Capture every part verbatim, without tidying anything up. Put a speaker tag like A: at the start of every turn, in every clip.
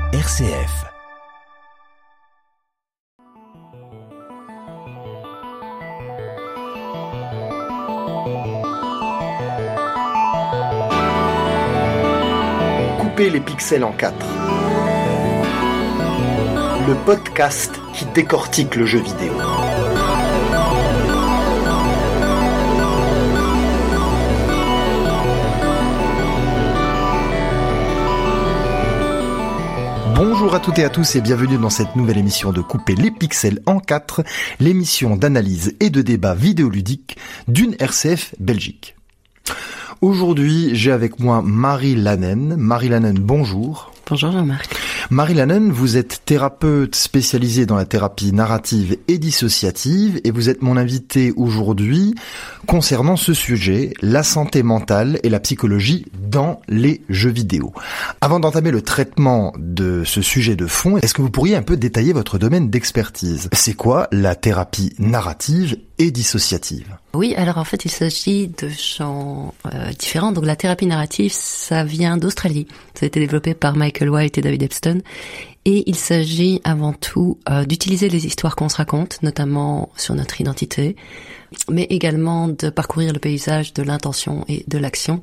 A: R C F.
B: Couper les pixels en quatre. Le podcast qui décortique le jeu vidéo. Bonjour à toutes et à tous et bienvenue dans cette nouvelle émission de Couper les pixels en quatre, l'émission d'analyse et de débat vidéoludique d'une R C F Belgique. Aujourd'hui, j'ai avec moi Marie Lannen. Marie Lannen, bonjour.
C: Bonjour Jean-Marc.
B: Marie Lannen, vous êtes thérapeute spécialisée dans la thérapie narrative et dissociative et vous êtes mon invitée aujourd'hui concernant ce sujet, la santé mentale et la psychologie dans les jeux vidéo. Avant d'entamer le traitement de ce sujet de fond, est-ce que vous pourriez un peu détailler votre domaine d'expertise ? C'est quoi la thérapie narrative et dissociative ?
C: Oui, alors en fait, il s'agit de champs euh, différents. Donc la thérapie narrative, ça vient d'Australie. Ça a été développé par Michael White et David Epstein. Et il s'agit avant tout euh, d'utiliser les histoires qu'on se raconte, notamment sur notre identité, mais également de parcourir le paysage de l'intention et de l'action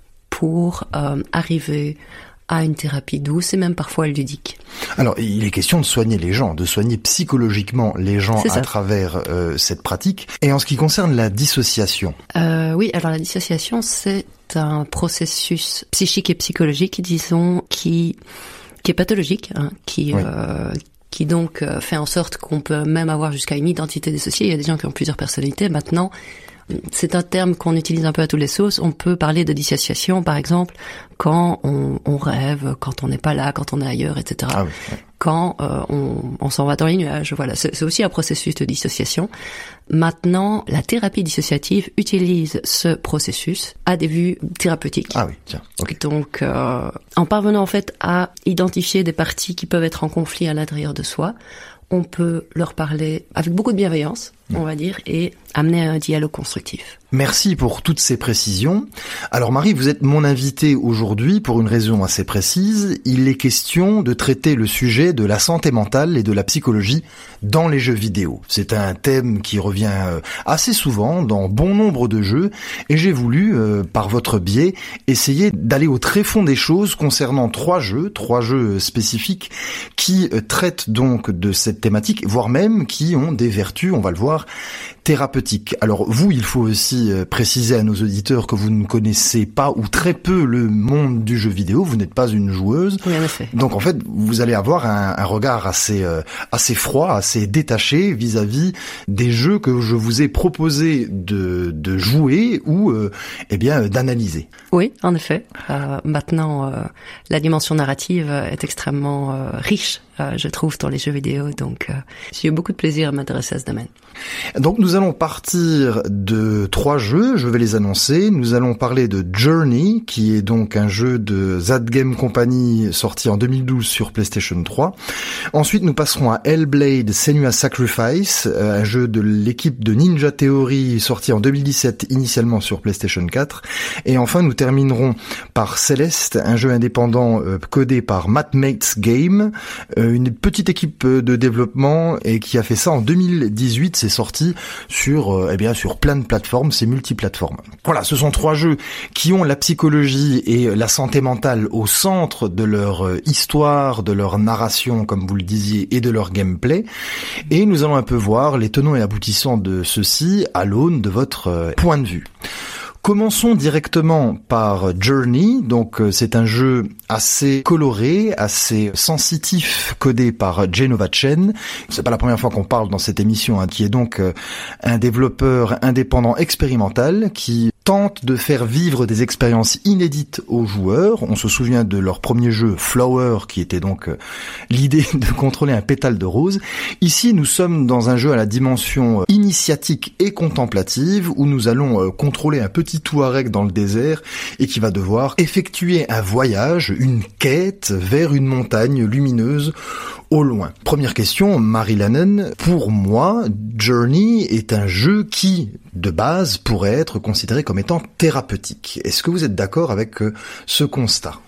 C: pour euh, arriver à une thérapie douce et même parfois ludique.
B: Alors, il est question de soigner les gens, de soigner psychologiquement les gens à travers euh, cette pratique. Et en ce qui concerne la dissociation
C: euh, Oui, alors la dissociation, c'est un processus psychique et psychologique, disons, qui qui est pathologique, hein, qui oui. euh, qui donc euh, fait en sorte qu'on peut même avoir jusqu'à une identité dissociée. Il y a des gens qui ont plusieurs personnalités. Maintenant, c'est un terme qu'on utilise un peu à tous les sauces. On peut parler de dissociation, par exemple, quand on, on rêve, quand on n'est pas là, quand on est ailleurs, et cetera. Ah oui, ouais. Quand euh, on, on s'en va dans les nuages. Voilà, c'est, c'est aussi un processus de dissociation. Maintenant, la thérapie dissociative utilise ce processus à des vues thérapeutiques.
B: Ah oui, tiens. Okay.
C: Donc, euh, en parvenant en fait à identifier des parties qui peuvent être en conflit à l'intérieur de soi, on peut leur parler avec beaucoup de bienveillance, on va dire, et amener un dialogue constructif.
B: Merci pour toutes ces précisions. Alors Marie, vous êtes mon invitée aujourd'hui pour une raison assez précise. Il est question de traiter le sujet de la santé mentale et de la psychologie dans les jeux vidéo. C'est un thème qui revient assez souvent dans bon nombre de jeux et j'ai voulu, euh, par votre biais, essayer d'aller au tréfonds des choses concernant trois jeux, trois jeux spécifiques qui euh, traitent donc de cette thématique, voire même qui ont des vertus, on va le voir, thérapeutiques. Alors vous, il faut aussi préciser à nos auditeurs que vous ne connaissez pas ou très peu le monde du jeu vidéo, vous n'êtes pas une joueuse.
C: Oui, en effet.
B: Donc en fait, vous allez avoir un, un regard assez euh, assez froid, assez détaché vis-à-vis des jeux que je vous ai proposé de de jouer ou euh, eh bien d'analyser.
C: Oui, en effet. Euh, maintenant, euh, la dimension narrative est extrêmement euh, riche, euh, je trouve, dans les jeux vidéo. Donc, euh, j'ai eu beaucoup de plaisir à m'intéresser à ce domaine.
B: Donc, nous allons partir de trois jeux. Je vais les annoncer. Nous allons parler de Journey, qui est donc un jeu de That Game Company sorti en deux mille douze sur PlayStation trois. Ensuite, nous passerons à Hellblade: Senua's Sacrifice, un jeu de l'équipe de Ninja Theory sorti en deux mille dix-sept initialement sur PlayStation quatre. Et enfin, nous terminerons par Celeste, un jeu indépendant euh, codé par Mathmates Game, euh, une petite équipe de développement et qui a fait ça en deux mille dix-huit. C'est sorti sur euh, eh bien sur plein de plateformes, c'est multiplateforme. Voilà, ce sont trois jeux qui ont la psychologie et la santé mentale au centre de leur euh, histoire, de leur narration, comme vous le disiez, et de leur gameplay. Et nous allons un peu voir les tenants et aboutissants de ceci à l'aune de votre euh, point de vue. Commençons directement par Journey. Donc c'est un jeu assez coloré, assez sensitif, codé par Genova Chen. C'est pas la première fois qu'on parle dans cette émission, hein, qui est donc un développeur indépendant expérimental qui tente de faire vivre des expériences inédites aux joueurs. On se souvient de leur premier jeu Flower, qui était donc l'idée de contrôler un pétale de rose. Ici, nous sommes dans un jeu à la dimension initiatique et contemplative, où nous allons contrôler un petit Touareg dans le désert et qui va devoir effectuer un voyage, une quête vers une montagne lumineuse au loin. Première question, Marie Lannen. Pour moi, Journey est un jeu qui, de base, pourrait être considéré comme étant thérapeutique. Est-ce que vous êtes d'accord avec ce constat ?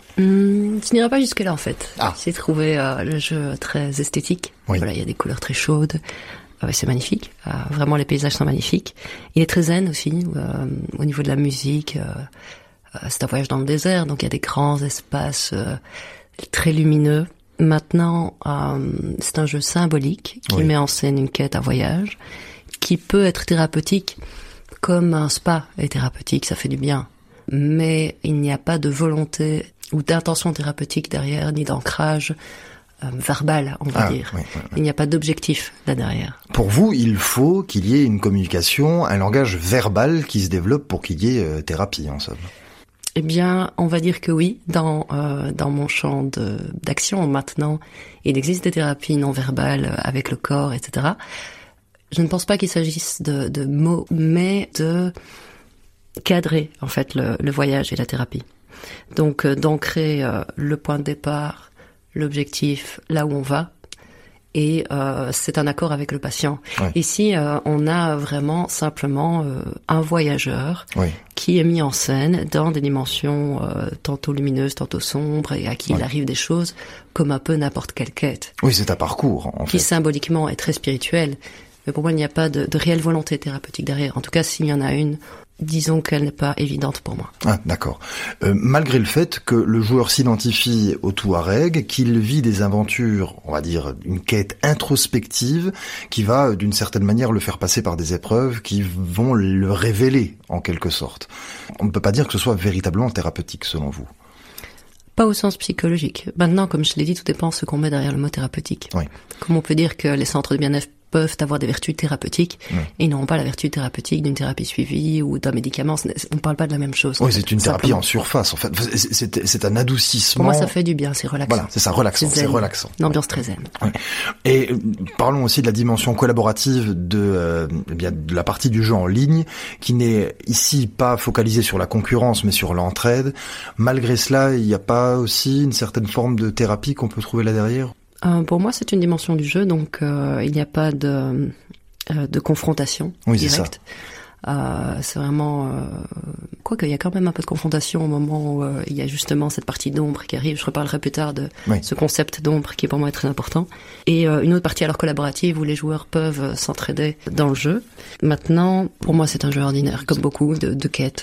C: Hum, je n'irai pas jusque-là en fait.
B: Ah.
C: J'ai trouvé euh, le jeu très esthétique.
B: Oui.
C: Voilà, il y a des couleurs très chaudes. Euh, c'est magnifique. Euh, vraiment, les paysages sont magnifiques. Il est très zen aussi euh, au niveau de la musique. Euh, euh, c'est un voyage dans le désert, donc il y a des grands espaces euh, très lumineux. Maintenant, euh, c'est un jeu symbolique qui
B: oui.
C: met en scène une quête, un voyage, qui peut être thérapeutique, comme un spa est thérapeutique, ça fait du bien. Mais il n'y a pas de volonté ou d'intention thérapeutique derrière, ni d'ancrage euh, verbal, on va
B: ah,
C: dire.
B: Oui, oui, oui.
C: Il n'y a pas d'objectif là derrière.
B: Pour vous, il faut qu'il y ait une communication, un langage verbal qui se développe pour qu'il y ait euh, thérapie, en somme.
C: Eh bien, on va dire que oui, dans euh, dans mon champ de, d'action maintenant, il existe des thérapies non verbales avec le corps, et cetera. Je ne pense pas qu'il s'agisse de, de mots, mais de cadrer en fait le, le voyage et la thérapie. Donc euh, d'ancrer euh, le point de départ, l'objectif, là où on va, et euh, c'est un accord avec le patient.
B: Ouais.
C: Ici, euh, on a vraiment simplement euh, un voyageur
B: Oui.
C: qui est mis en scène dans des dimensions euh, tantôt lumineuses, tantôt sombres, et à qui
B: Ouais.
C: il arrive des choses comme un peu n'importe quelle quête,
B: Oui, c'est un parcours, en
C: qui
B: fait.
C: symboliquement est très spirituel. Mais pour moi, il n'y a pas de, de réelle volonté thérapeutique derrière. En tout cas, s'il y en a une, disons qu'elle n'est pas évidente pour moi.
B: Ah, d'accord. Euh, malgré le fait que le joueur s'identifie au Touareg, qu'il vit des aventures, on va dire une quête introspective, qui va d'une certaine manière le faire passer par des épreuves qui vont le révéler en quelque sorte. On ne peut pas dire que ce soit véritablement thérapeutique selon vous.
C: Pas au sens psychologique. Maintenant, comme je l'ai dit, tout dépend de ce qu'on met derrière le mot thérapeutique.
B: Oui.
C: Comme on peut dire que les centres de bien-être peuvent avoir des vertus thérapeutiques,
B: Oui.
C: et ils n'auront pas la vertu thérapeutique d'une thérapie suivie ou d'un médicament. On ne parle pas de la même chose.
B: Oui, c'est une thérapie
C: simplement.
B: en surface, en fait. C'est, c'est, c'est un adoucissement.
C: Pour moi, ça fait du bien, c'est relaxant.
B: Voilà, c'est ça, relaxant,
C: C'est
B: c'est
C: zen.
B: relaxant.
C: Une ambiance très zen.
B: Oui. Et euh, parlons aussi de la dimension collaborative de, euh, eh bien, de la partie du jeu en ligne, qui n'est ici pas focalisée sur la concurrence, mais sur l'entraide. Malgré cela, il n'y a pas aussi une certaine forme de thérapie qu'on peut trouver là derrière?
C: Euh, pour moi, c'est une dimension du jeu, donc euh, il n'y a pas de, euh, de confrontation
B: Oui,
C: directe. Euh, c'est vraiment... Euh, quoi qu'il y a quand même un peu de confrontation au moment où euh, il y a justement cette partie d'ombre qui arrive. Je reparlerai plus tard de
B: Oui.
C: ce concept d'ombre qui pour moi est très important. Et euh, une autre partie alors collaborative où les joueurs peuvent euh, s'entraider dans le jeu. Maintenant, pour moi, c'est un jeu ordinaire, comme beaucoup de, de quêtes.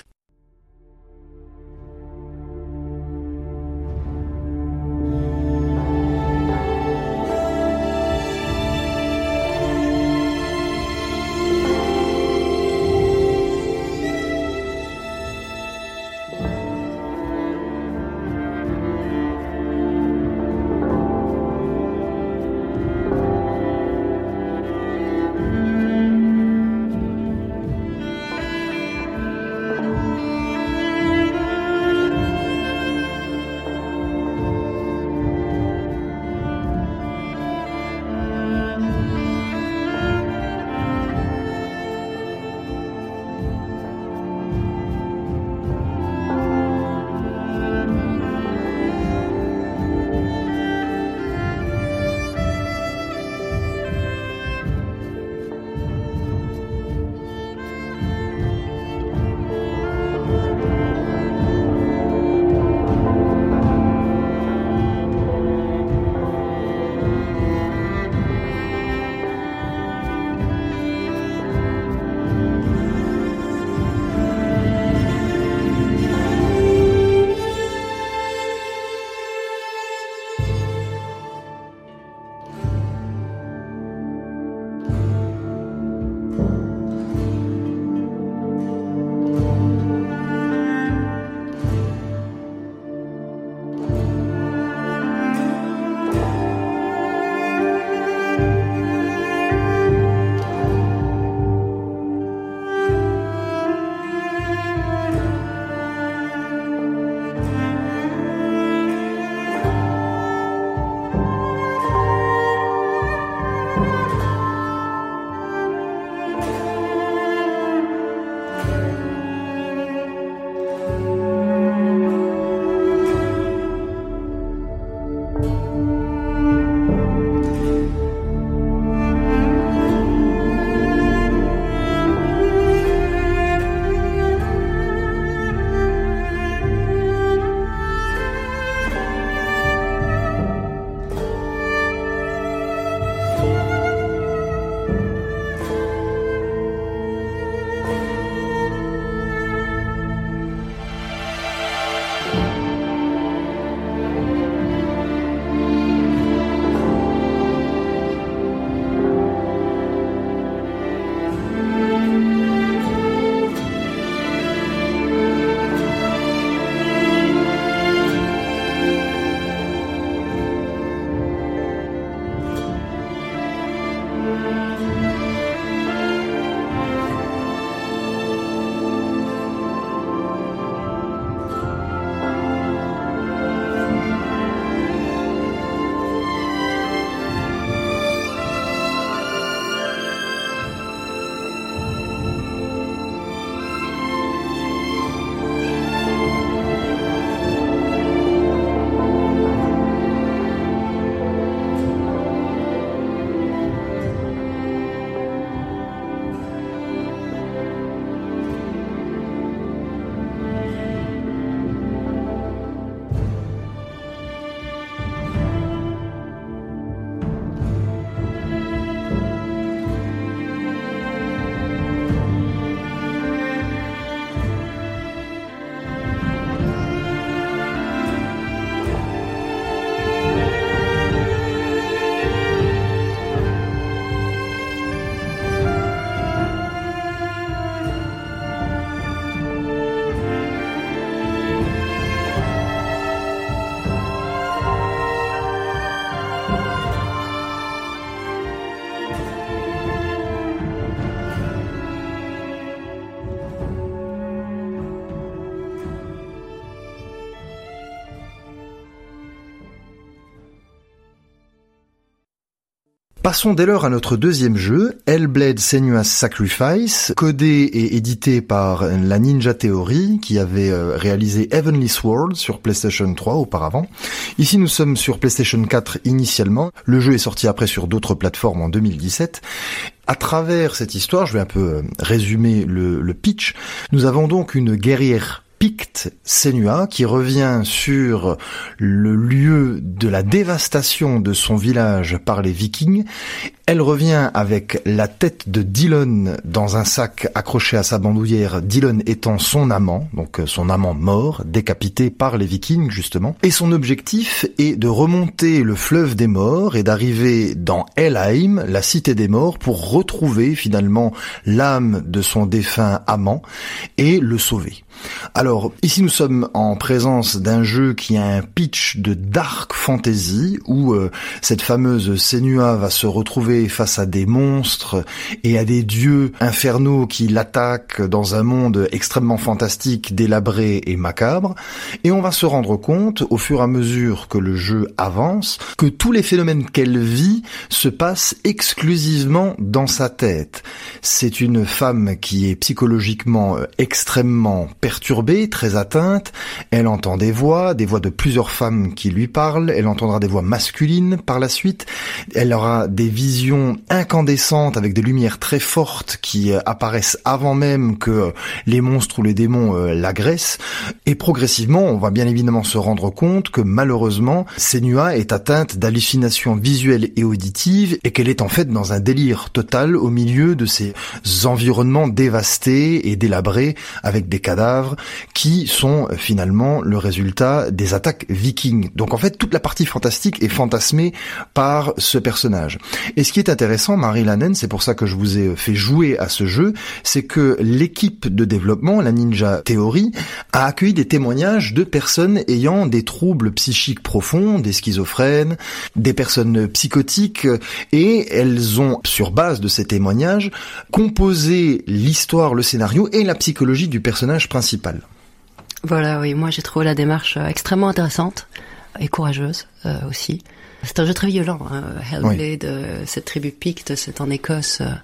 B: Passons dès lors à notre deuxième jeu, Hellblade: Senua's Sacrifice, codé et édité par la Ninja Theory, qui avait réalisé Heavenly Sword sur PlayStation trois auparavant. Ici, nous sommes sur PlayStation quatre initialement. Le jeu est sorti après sur d'autres plateformes en deux mille dix-sept. À travers cette histoire, je vais un peu résumer le, le pitch. Nous avons donc une guerrière Picte, Senua, qui revient sur le lieu de la dévastation de son village par les Vikings. Elle revient avec la tête de Dillon dans un sac accroché à sa bandoulière, Dillon étant son amant, donc son amant mort, décapité par les Vikings justement. Et son objectif est de remonter le fleuve des morts et d'arriver dans Helheim, la cité des morts, pour retrouver finalement l'âme de son défunt amant et le sauver. Alors, ici nous sommes en présence d'un jeu qui a un pitch de dark fantasy où euh, cette fameuse Senua va se retrouver face à des monstres et à des dieux infernaux qui l'attaquent dans un monde extrêmement fantastique, délabré et macabre. Et on va se rendre compte, au fur et à mesure que le jeu avance, que tous les phénomènes qu'elle vit se passent exclusivement dans sa tête. C'est une femme qui est psychologiquement extrêmement perturbée, très atteinte. Elle entend des voix, des voix de plusieurs femmes qui lui parlent. Elle entendra des voix masculines par la suite. Elle aura des visions incandescentes avec des lumières très fortes qui apparaissent avant même que les monstres ou les démons l'agressent. Et progressivement, on va bien évidemment se rendre compte que malheureusement, Senua est atteinte d'hallucinations visuelles et auditives et qu'elle est en fait dans un délire total au milieu de ces environnements dévastés et délabrés avec des cadavres qui sont finalement le résultat des attaques vikings. Donc en fait, toute la partie fantastique est fantasmée par ce personnage. Et ce qui est intéressant, Marie Lannen, c'est pour ça que je vous ai fait jouer à ce jeu, c'est que l'équipe de développement, la Ninja Theory, a accueilli des témoignages de personnes ayant des troubles psychiques profonds, des schizophrènes, des personnes psychotiques, et elles ont, sur base de ces témoignages, composé l'histoire, le scénario et la psychologie du personnage principal.
C: Voilà, oui, moi j'ai trouvé la démarche extrêmement intéressante et courageuse euh, aussi. C'est un jeu très violent, hein. Hellblade, oui. euh, cette tribu Picte, c'est en Écosse, euh,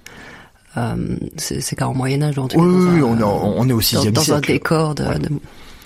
C: euh, c'est, c'est car au Moyen-Âge, en tout cas.
B: Oui, oui,
C: un,
B: on, est, on est au sixième
C: dans,
B: siècle.
C: Dans un décor de,
B: ouais.
C: de,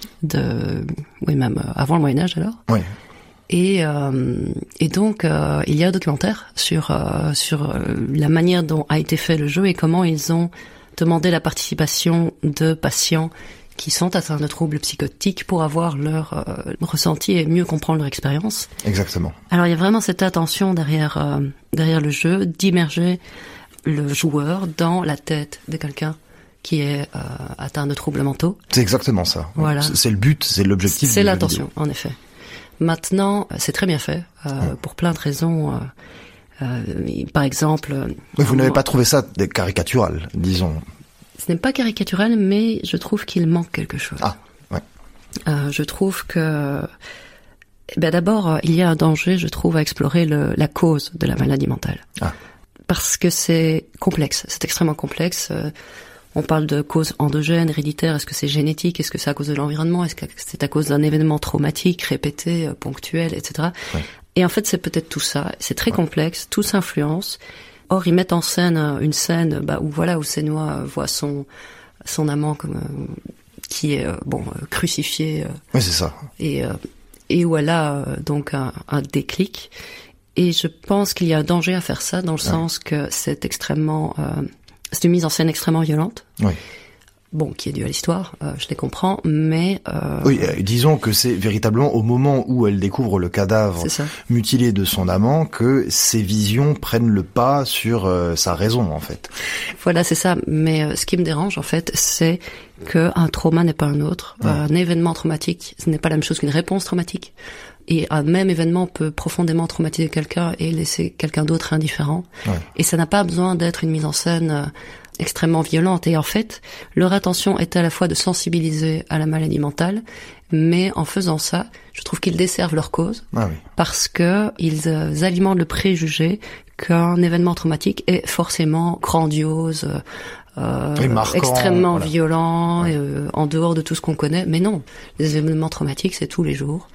C: de, oui, même avant le Moyen-Âge alors.
B: Oui.
C: Et, euh, et donc, euh, il y a un documentaire sur, euh, sur la manière dont a été fait le jeu et comment ils ont demandé la participation de patients qui sont atteints de troubles psychotiques pour avoir leur euh, ressenti et mieux comprendre leur expérience.
B: Exactement.
C: Alors il y a vraiment cette intention derrière euh, derrière le jeu d'immerger le joueur dans la tête de quelqu'un qui est euh, atteint de troubles mentaux.
B: C'est exactement ça.
C: Voilà.
B: C'est, c'est le but, c'est l'objectif.
C: C'est l'intention, en effet. Maintenant, c'est très bien fait euh, ouais. pour plein de raisons. Euh, euh, par exemple.
B: Mais vous n'avez pas trouvé ça caricatural, disons.
C: Ce n'est pas caricatural, mais je trouve qu'il manque quelque chose.
B: Ah, ouais.
C: Euh, je trouve que, ben d'abord, il y a un danger, je trouve, à explorer le, la cause de la maladie mentale.
B: Ah.
C: Parce que c'est complexe, c'est extrêmement complexe. Euh, on parle de causes endogènes, héréditaires. Est-ce que c'est génétique? Est-ce que c'est à cause de l'environnement? Est-ce que c'est à cause d'un événement traumatique, répété, ponctuel, et cetera. Ouais. Et en fait, c'est peut-être tout ça. C'est très ouais. complexe, tout s'influence. Or, ils mettent en scène une scène bah, où voilà où Senua voit son son amant comme euh, qui est euh, bon euh, crucifié. Euh,
B: oui, c'est ça.
C: Et euh, et où elle a euh, donc un, un déclic. Et je pense qu'il y a un danger à faire ça dans le ouais. sens que c'est extrêmement euh, c'est une mise en scène extrêmement violente.
B: Oui.
C: Bon, qui est due à l'histoire, euh, je les comprends, mais... Euh...
B: Oui, euh, disons que c'est véritablement au moment où elle découvre le cadavre mutilé de son amant que ses visions prennent le pas sur euh, sa raison, en fait.
C: Voilà, c'est ça. Mais euh, ce qui me dérange, en fait, c'est qu'un trauma n'est pas un autre. Ouais. Un événement traumatique, ce n'est pas la même chose qu'une réponse traumatique. Et un même événement peut profondément traumatiser quelqu'un et laisser quelqu'un d'autre indifférent. Ouais. Et ça n'a pas besoin d'être une mise en scène... Euh, extrêmement violente. Et en fait, leur intention est à la fois de sensibiliser à la maladie mentale, mais en faisant ça, je trouve qu'ils desservent leur cause,
B: ah oui.
C: parce que ils euh, alimentent le préjugé qu'un événement traumatique est forcément grandiose, euh,
B: marquant,
C: extrêmement
B: voilà.
C: violent,
B: ouais.
C: euh, en dehors de tout ce qu'on connaît. Mais non, les événements traumatiques, c'est tous les jours.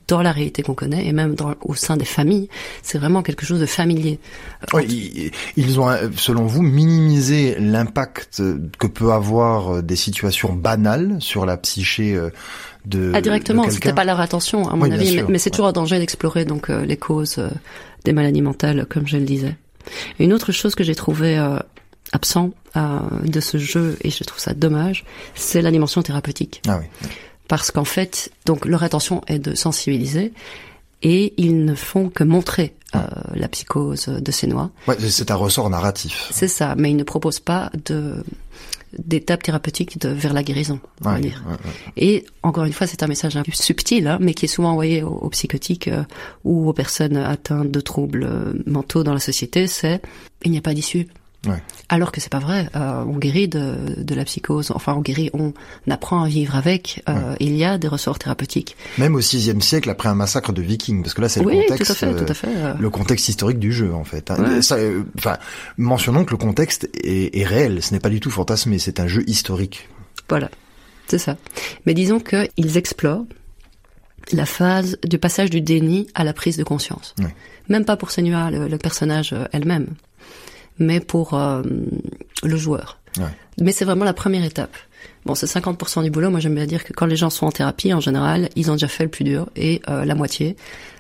C: dans la réalité qu'on connaît et même dans, au sein des familles, c'est vraiment quelque chose de familier.
B: Oui, ils ont, selon vous, minimisé l'impact que peut avoir des situations banales sur la psyché de
C: ah, directement,
B: de
C: c'était pas leur attention, à mon
B: oui,
C: avis,
B: sûr,
C: mais, mais c'est
B: ouais.
C: toujours un danger d'explorer donc euh, les causes euh, des maladies mentales, comme je le disais. Une autre chose que j'ai trouvé euh, absent euh, de ce jeu, et je trouve ça dommage, c'est la dimension thérapeutique.
B: Ah oui. oui.
C: Parce qu'en fait, donc leur intention est de sensibiliser et ils ne font que montrer euh, la psychose de Senua.
B: Ouais, c'est un ressort narratif.
C: C'est ça, mais ils ne proposent pas de d'étapes thérapeutiques de, vers la guérison, on
B: ouais,
C: va dire.
B: Ouais, ouais.
C: Et encore une fois, c'est un message un peu subtil, hein, mais qui est souvent envoyé aux, aux psychotiques euh, ou aux personnes atteintes de troubles euh, mentaux dans la société, c'est il n'y a pas d'issue.
B: Ouais.
C: Alors que c'est pas vrai, euh, on guérit de, de la psychose, enfin on guérit, on apprend à vivre avec, euh, ouais. Il y a des ressorts thérapeutiques.
B: Même au sixième siècle, après un massacre de Vikings, parce que là c'est
C: oui,
B: le contexte,
C: tout à fait, tout à fait.
B: Euh, le contexte historique du jeu en fait.
C: Ouais.
B: Ça, euh, enfin, mentionnons que le contexte est, est réel, ce n'est pas du tout fantasmé, c'est un jeu historique.
C: Voilà, c'est ça. Mais disons qu'ils explorent la phase du passage du déni à la prise de conscience.
B: Ouais.
C: Même pas pour Senua, le, le personnage elle-même, mais pour euh, le joueur.
B: Ouais.
C: Mais c'est vraiment la première étape. Bon, c'est cinquante pour cent du boulot. Moi, j'aime bien dire que quand les gens sont en thérapie, en général, ils ont déjà fait le plus dur et euh, la moitié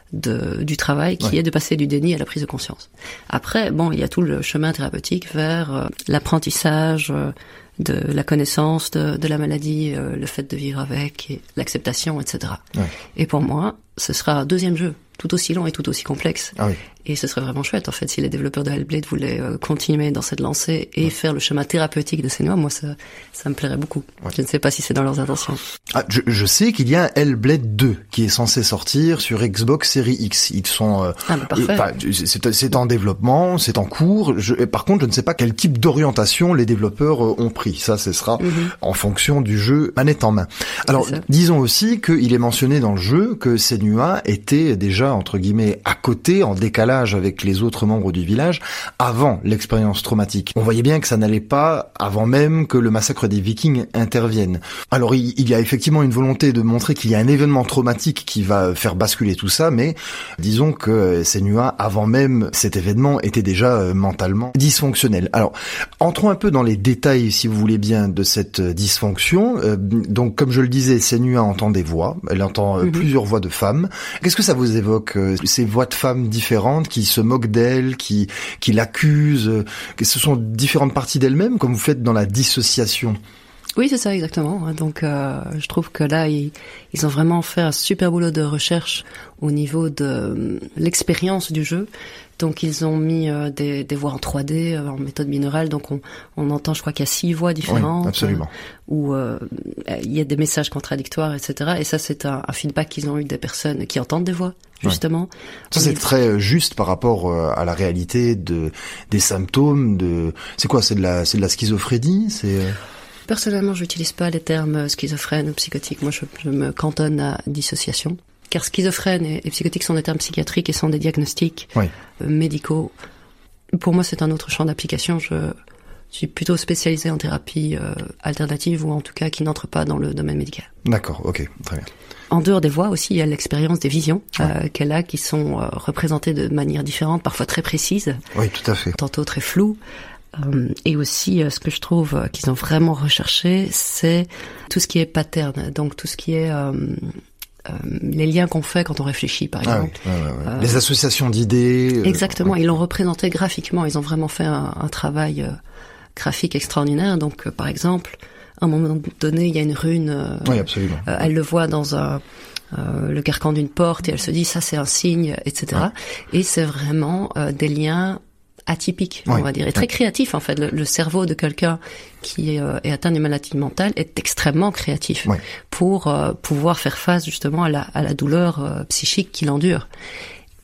C: de, du travail qui ouais. est de passer du déni à la prise de conscience. Après, bon, il y a tout le chemin thérapeutique vers euh, l'apprentissage euh, de la connaissance de, de la maladie, euh, le fait de vivre avec, et l'acceptation, et cetera. Ouais. Et pour moi, ce sera un deuxième jeu, tout aussi long et tout aussi complexe.
B: Ah oui.
C: Et ce serait vraiment chouette, en fait, si les développeurs de Hellblade voulaient euh, continuer dans cette lancée et ouais. faire le chemin thérapeutique de Senua, moi, ça, ça me plairait beaucoup. Ouais. Je ne sais pas si c'est dans leurs intentions.
B: Ah, je, je sais qu'il y a un Hellblade deux qui est censé sortir sur Xbox Series X. Ils sont, euh,
C: ah, bah, parfait.
B: Euh, c'est, c'est en développement, c'est en cours. Je, par contre, je ne sais pas quel type d'orientation les développeurs euh, ont pris. Ça, ce sera mm-hmm. en fonction du jeu manette en main. Alors, disons aussi qu'il est mentionné dans le jeu que Senua était déjà, entre guillemets, à côté, en décalage avec les autres membres du village avant l'expérience traumatique. On voyait bien que ça n'allait pas avant même que le massacre des Vikings intervienne. Alors il, il y a effectivement une volonté de montrer qu'il y a un événement traumatique qui va faire basculer tout ça, mais disons que Senua, avant même cet événement, était déjà euh, mentalement dysfonctionnel. Alors, entrons un peu dans les détails, si vous voulez bien, de cette dysfonction. Euh, donc, comme je le disais, Senua entend des voix. Elle entend euh, mm-hmm. plusieurs voix de femmes. Qu'est-ce que ça vous évoque, euh, ces voix de femmes différentes qui se moquent d'elle, qui, qui l'accusent, que ce sont différentes parties d'elle-même, comme vous faites dans la dissociation?
C: Oui, c'est ça, exactement. Donc, euh, je trouve que là, ils, ils ont vraiment fait un super boulot de recherche au niveau de euh, l'expérience du jeu. Donc, ils ont mis euh, des, des voix en trois D, euh, en méthode binaurale. Donc, on, on entend, je crois qu'il y a six voix différentes.
B: Oui, absolument.
C: Euh, où euh, il y a des messages contradictoires, et cetera. Et ça, c'est un, un feedback qu'ils ont eu des personnes qui entendent des voix, justement.
B: Ouais. Ça, c'est très juste par rapport à la réalité de des symptômes de. C'est quoi? C'est de la, c'est de la schizophrénie. C'est.
C: Personnellement, je n'utilise pas les termes schizophrène ou psychotique. Moi, je, je me cantonne à dissociation. Car schizophrène et, et psychotique sont des termes psychiatriques et sont des diagnostics oui. euh, médicaux. Pour moi, c'est un autre champ d'application. Je, je suis plutôt spécialisée en thérapie euh, alternative ou en tout cas qui n'entre pas dans le domaine médical.
B: D'accord, ok, très bien.
C: En dehors des voix aussi, il y a l'expérience des visions ouais. euh, qu'elle a qui sont euh, représentées de manière différente, parfois très précises.
B: Oui, tout à fait.
C: Tantôt très floues. Euh, et aussi, euh, ce que je trouve euh, qu'ils ont vraiment recherché, c'est tout ce qui est pattern, donc tout ce qui est euh, euh, les liens qu'on fait quand on réfléchit, par exemple.
B: Ah oui, ouais, ouais, ouais. Euh, les associations d'idées. Euh,
C: exactement,
B: ouais.
C: Ils l'ont représenté graphiquement, ils ont vraiment fait un, un travail euh, graphique extraordinaire. Donc, euh, par exemple, à un moment donné, il y a une rune. Euh,
B: oui, absolument.
C: Euh, elle le voit dans un... Euh, le carcan d'une porte et elle se dit ça c'est un signe, et cetera. Ouais. Et c'est vraiment euh, des liens atypique, on oui. va dire, et très oui. créatif en fait. Le, le cerveau de quelqu'un qui est, euh, est atteint d'une maladie mentale est extrêmement créatif oui. pour euh, pouvoir faire face justement à la, à la douleur euh, psychique qu'il endure.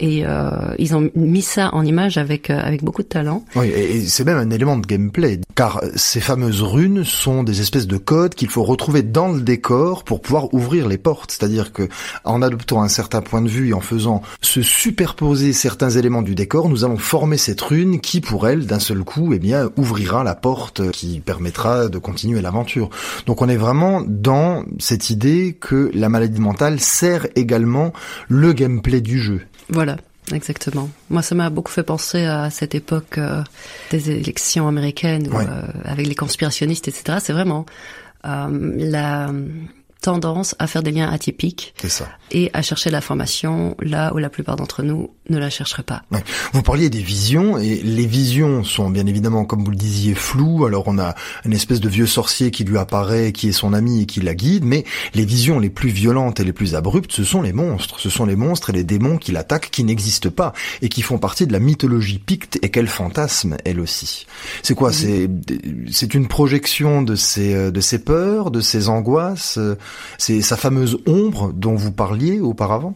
C: Et euh, ils ont mis ça en image avec euh, avec beaucoup de talent.
B: Oui, et c'est même un élément de gameplay, car ces fameuses runes sont des espèces de codes qu'il faut retrouver dans le décor pour pouvoir ouvrir les portes. C'est-à-dire que, en adoptant un certain point de vue et en faisant se superposer certains éléments du décor, nous allons former cette rune qui, pour elle, d'un seul coup, eh bien, ouvrira la porte qui permettra de continuer l'aventure. Donc, on est vraiment dans cette idée que la maladie mentale sert également le gameplay du jeu.
C: Voilà, exactement. Moi, ça m'a beaucoup fait penser à cette époque euh, des élections américaines, où,
B: ouais.
C: euh, avec les conspirationnistes, et cetera. C'est vraiment euh, la tendance à faire des liens atypiques.
B: C'est ça.
C: Et à chercher l'information là où la plupart d'entre nous ne la chercheraient pas.
B: Ouais. Vous parliez des visions, et les visions sont bien évidemment, comme vous le disiez, floues. Alors on a une espèce de vieux sorcier qui lui apparaît, qui est son ami et qui la guide, mais les visions les plus violentes et les plus abruptes, ce sont les monstres. Ce sont les monstres et les démons qui l'attaquent, qui n'existent pas, et qui font partie de la mythologie picte, et qu'elle fantasme, elle aussi. C'est quoi? C'est, c'est une projection de ses, de ses peurs, de ses angoisses. C'est sa fameuse ombre dont vous parliez auparavant?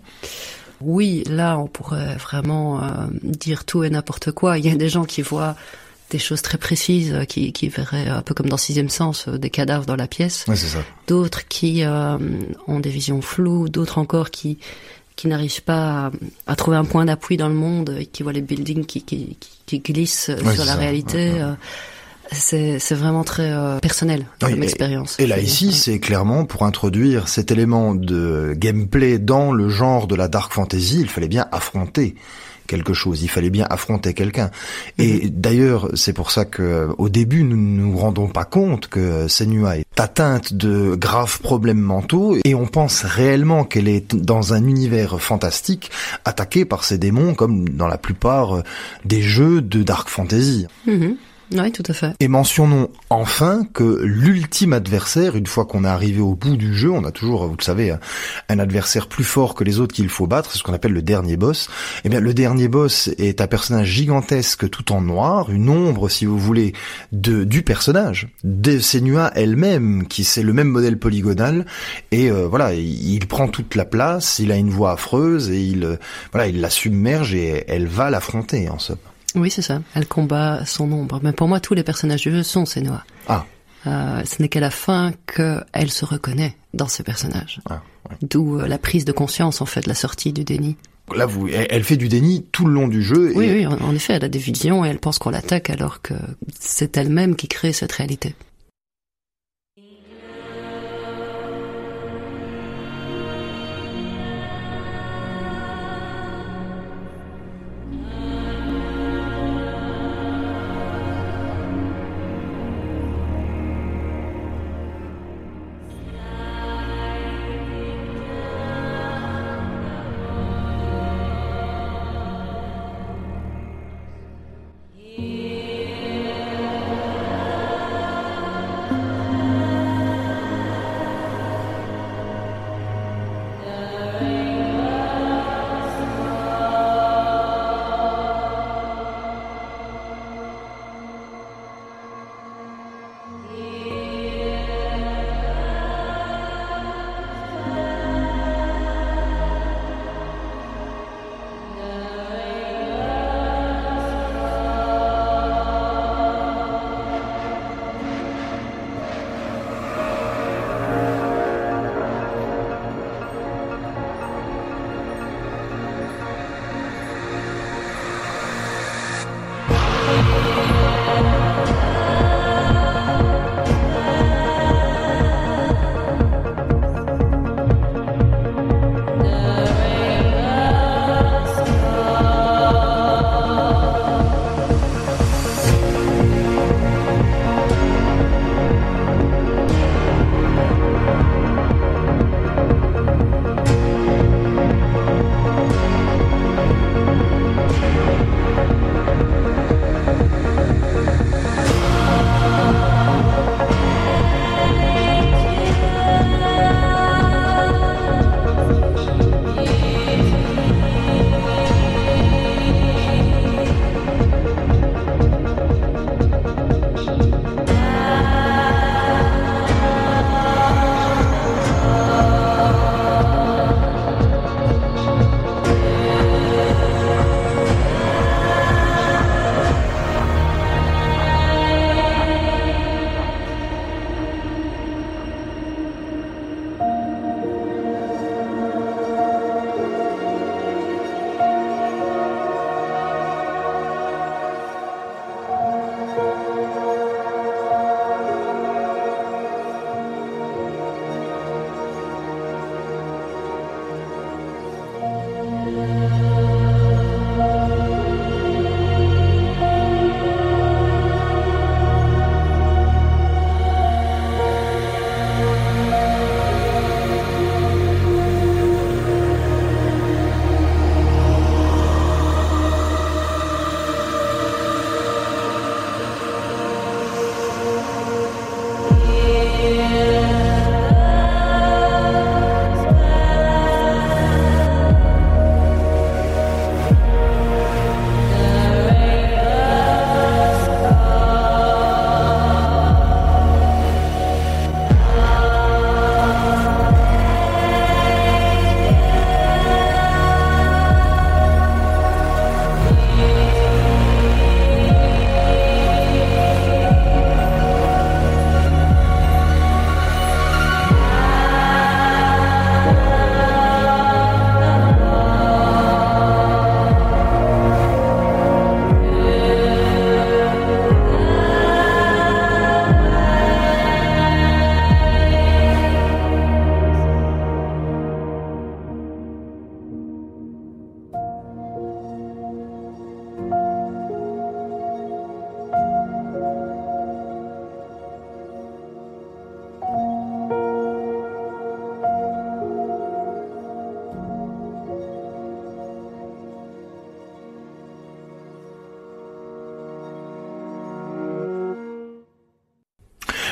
C: Oui, là, on pourrait vraiment euh, dire tout et n'importe quoi. Il y a des gens qui voient des choses très précises, qui, qui verraient un peu comme dans Sixième Sens, des cadavres dans la pièce.
B: Ouais, c'est ça.
C: D'autres qui euh, ont des visions floues, d'autres encore qui qui n'arrivent pas à, à trouver un point d'appui dans le monde, et qui voient les buildings qui qui, qui, qui glissent
B: ouais,
C: sur la
B: ça.
C: réalité.
B: Ouais, ouais.
C: Euh, C'est, c'est vraiment très euh, personnel comme
B: oui,
C: expérience.
B: Et, et là ici, c'est clairement pour introduire cet élément de gameplay dans le genre de la dark fantasy, il fallait bien affronter quelque chose, il fallait bien affronter quelqu'un. Et mm-hmm. d'ailleurs, c'est pour ça que au début, nous ne nous rendons pas compte que Senua est atteinte de graves problèmes mentaux, et on pense réellement qu'elle est dans un univers fantastique, attaquée par ces démons, comme dans la plupart des jeux de dark fantasy.
C: Mm-hmm. Oui, tout à fait.
B: Et mentionnons enfin que l'ultime adversaire, une fois qu'on est arrivé au bout du jeu, on a toujours, vous le savez, un adversaire plus fort que les autres qu'il faut battre, c'est ce qu'on appelle le dernier boss. Eh bien, le dernier boss est un personnage gigantesque tout en noir, une ombre, si vous voulez, de du personnage, de Senua elle-même, qui c'est le même modèle polygonal, et euh, voilà, il, il prend toute la place, il a une voix affreuse, et il, euh, voilà, il la submerge, et elle va l'affronter, en somme.
C: Oui, c'est ça. Elle combat son ombre. Mais pour moi, tous les personnages du jeu sont Senua.
B: Ah.
C: Euh, ce n'est qu'à la fin qu'elle se reconnaît dans ces personnages.
B: Ah, ouais.
C: D'où euh, la prise de conscience, en fait, la sortie du déni.
B: Là, vous, elle fait du déni tout le long du jeu.
C: Oui,
B: et...
C: oui, en effet, elle a des visions et elle pense qu'on l'attaque alors que c'est elle-même qui crée cette réalité.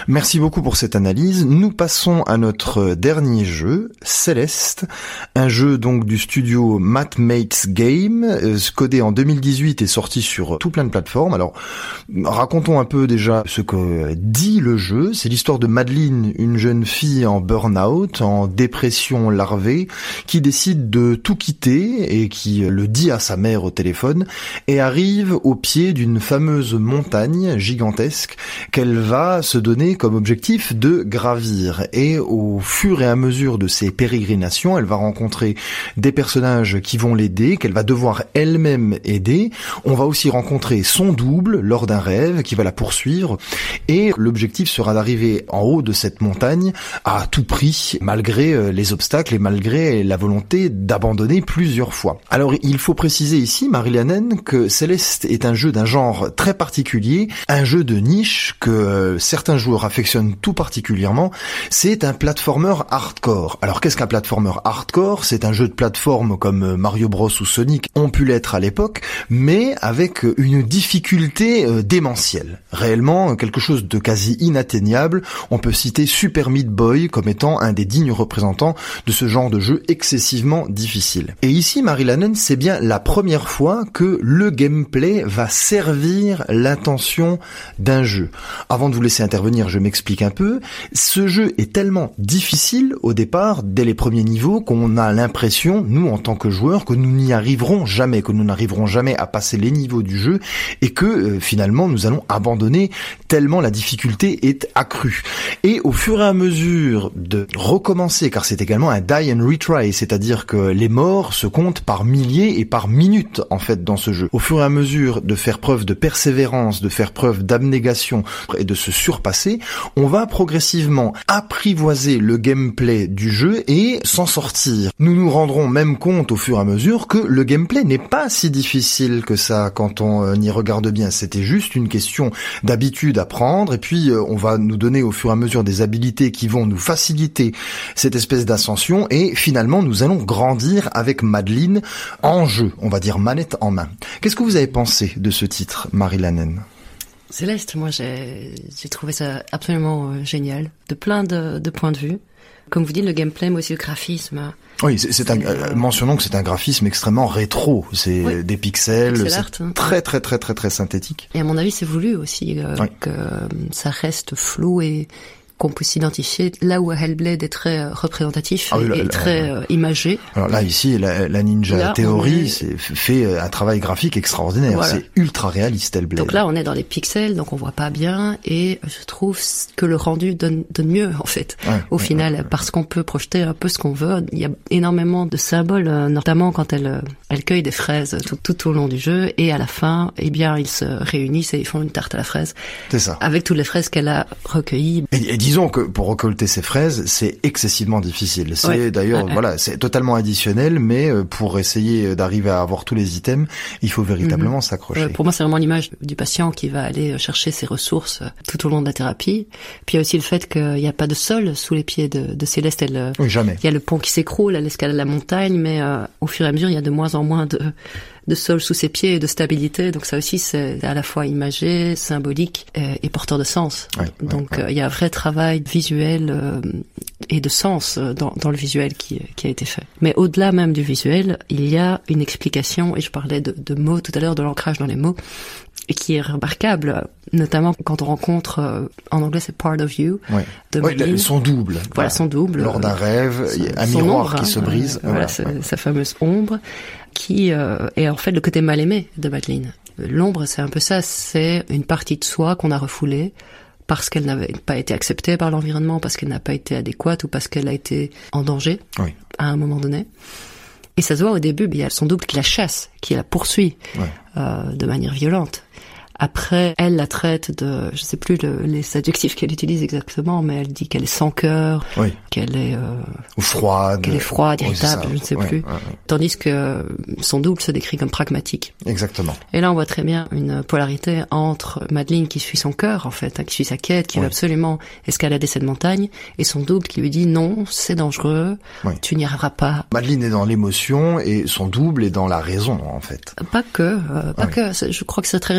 B: Merci beaucoup pour cette analyse. Nous passons à notre dernier jeu, Celeste, un jeu donc du studio Mathmates Game, euh, codé en deux mille dix-huit et sorti sur tout plein de plateformes. Alors, racontons un peu déjà ce que dit le jeu. C'est l'histoire de Madeline, une jeune fille en burn-out, en dépression larvée, qui décide de tout quitter et qui le dit à sa mère au téléphone et arrive au pied d'une fameuse montagne gigantesque qu'elle va se donner comme objectif de gravir. Et au fur et à mesure de ses pérégrinations, elle va rencontrer des personnages qui vont l'aider, qu'elle va devoir elle-même aider. On va aussi rencontrer son double lors d'un rêve qui va la poursuivre. Et l'objectif sera d'arriver en haut de cette montagne à tout prix, malgré les obstacles et malgré la volonté d'abandonner plusieurs fois. Alors il faut préciser ici, Marie-Lanen, que Celeste est un jeu d'un genre très particulier, un jeu de niche que certains joueurs affectionnent tout particulièrement. C'est un platformer hardcore. Alors qu'est-ce qu'un platformer hardcore? C'est un jeu de plateforme comme Mario Bros ou Sonic ont pu l'être à l'époque, mais avec une difficulté euh, démentielle. Réellement quelque chose de quasi inatteignable. On peut citer Super Meat Boy comme étant un des dignes représentants de ce genre de jeu excessivement difficile. Et ici, Marie-Lanen, c'est bien la première fois que le gameplay va servir l'intention d'un jeu. Avant de vous laisser intervenir, je m'explique un peu. Ce jeu est tellement difficile au départ, dès les premiers niveaux, qu'on a l'impression, nous en tant que joueurs, que nous n'y arriverons jamais, que nous n'arriverons jamais à passer les niveaux du jeu et que euh, finalement nous allons abandonner tellement la difficulté est accrue. Et au fur et à mesure de recommencer, car c'est également un die and retry, c'est-à-dire que les morts se comptent par milliers et par minutes en fait dans ce jeu. Au fur et à mesure de faire preuve de persévérance, de faire preuve d'abnégation et de se surpasser, on va progressivement apprivoiser le gameplay du jeu et s'en sortir. Nous nous rendrons même compte au fur et à mesure que le gameplay n'est pas si difficile que ça quand on y regarde bien. C'était juste une question d'habitude à prendre et puis on va nous donner au fur et à mesure des habilités qui vont nous faciliter cette espèce d'ascension et finalement nous allons grandir avec Madeline en jeu, on va dire manette en main. Qu'est-ce que vous avez pensé de ce titre, Marie-Lanen?
C: Céleste, moi j'ai, j'ai trouvé ça absolument euh, génial, de plein de, de points de vue. Comme vous dites, le gameplay, mais aussi le graphisme.
B: Oui, c'est, c'est un, euh, mentionnons que c'est un graphisme extrêmement rétro. C'est oui. des pixels,
C: Pixel
B: c'est
C: art, hein.
B: très très très très très synthétique.
C: Et à mon avis, c'est voulu aussi euh, oui. que euh, ça reste flou et qu'on puisse identifier là où Hellblade est très représentatif ah oui, là, et là, très là, euh, imagé.
B: Alors là, ici, la, la Ninja là, Theory est... c'est, fait un travail graphique extraordinaire. Voilà. C'est ultra réaliste, Hellblade.
C: Donc là, on est dans les pixels, donc on voit pas bien, et je trouve que le rendu donne, donne mieux, en fait, ouais, au ouais, final, ouais, ouais. parce qu'on peut projeter un peu ce qu'on veut. Il y a énormément de symboles, notamment quand elle, elle cueille des fraises tout, tout au long du jeu, et à la fin, eh bien, ils se réunissent et ils font une tarte à la fraise.
B: C'est ça.
C: Avec toutes les fraises qu'elle a recueillies.
B: Et, et disons que pour récolter ces fraises, c'est excessivement difficile. C'est ouais, d'ailleurs, ouais, voilà, ouais. c'est totalement additionnel, mais pour essayer d'arriver à avoir tous les items, il faut véritablement mm-hmm. s'accrocher.
C: Ouais, pour moi, c'est vraiment l'image du patient qui va aller chercher ses ressources tout au long de la thérapie. Puis il y a aussi le fait qu'il n'y a pas de sol sous les pieds de, de Céleste. Elle,
B: oui, jamais.
C: Il y a le pont qui s'écroule, elle escalade la montagne, mais euh, au fur et à mesure, il y a de moins en moins de... de sol sous ses pieds et de stabilité, donc ça aussi c'est à la fois imagé, symbolique et, et porteur de sens.
B: Ouais,
C: donc il
B: ouais, ouais.
C: y a un vrai travail visuel euh, et de sens dans, dans le visuel qui, qui a été fait. Mais au-delà même du visuel, il y a une explication, et je parlais de, de mots tout à l'heure, de l'ancrage dans les mots, et qui est remarquable, notamment quand on rencontre, euh, en anglais c'est Part of You,
B: ouais.
C: de
B: ouais,
C: Madeline.
B: Son double.
C: Voilà, son double.
B: Lors d'un rêve, il y a un
C: son
B: miroir
C: ombre,
B: qui
C: hein,
B: se brise.
C: Euh, voilà,
B: voilà ouais.
C: sa fameuse ombre, qui euh, est en fait le côté mal aimé de Madeline. L'ombre, c'est un peu ça, c'est une partie de soi qu'on a refoulée parce qu'elle n'avait pas été acceptée par l'environnement, parce qu'elle n'a pas été adéquate ou parce qu'elle a été en danger
B: oui.
C: à un moment donné. Et ça se voit au début, il y a son double qui la chasse, qui la poursuit
B: ouais.
C: euh, de manière violente. Après, elle la traite de, je sais plus le, les adjectifs qu'elle utilise exactement, mais elle dit qu'elle est sans cœur,
B: oui.
C: qu'elle est euh,
B: ou froide,
C: qu'elle est froide, irritable,
B: oui,
C: je ne sais
B: ouais,
C: plus.
B: Ouais, ouais.
C: Tandis que son double se décrit comme pragmatique.
B: Exactement.
C: Et là, on voit très bien une polarité entre Madeline qui suit son cœur, en fait, hein, qui suit sa quête, qui oui. veut absolument escalader cette montagne, et son double qui lui dit non, c'est dangereux, oui. tu n'y arriveras pas.
B: Madeline est dans l'émotion et son double est dans la raison, en fait.
C: Pas que, euh, pas oui. que. Je crois que c'est très réducteur de parler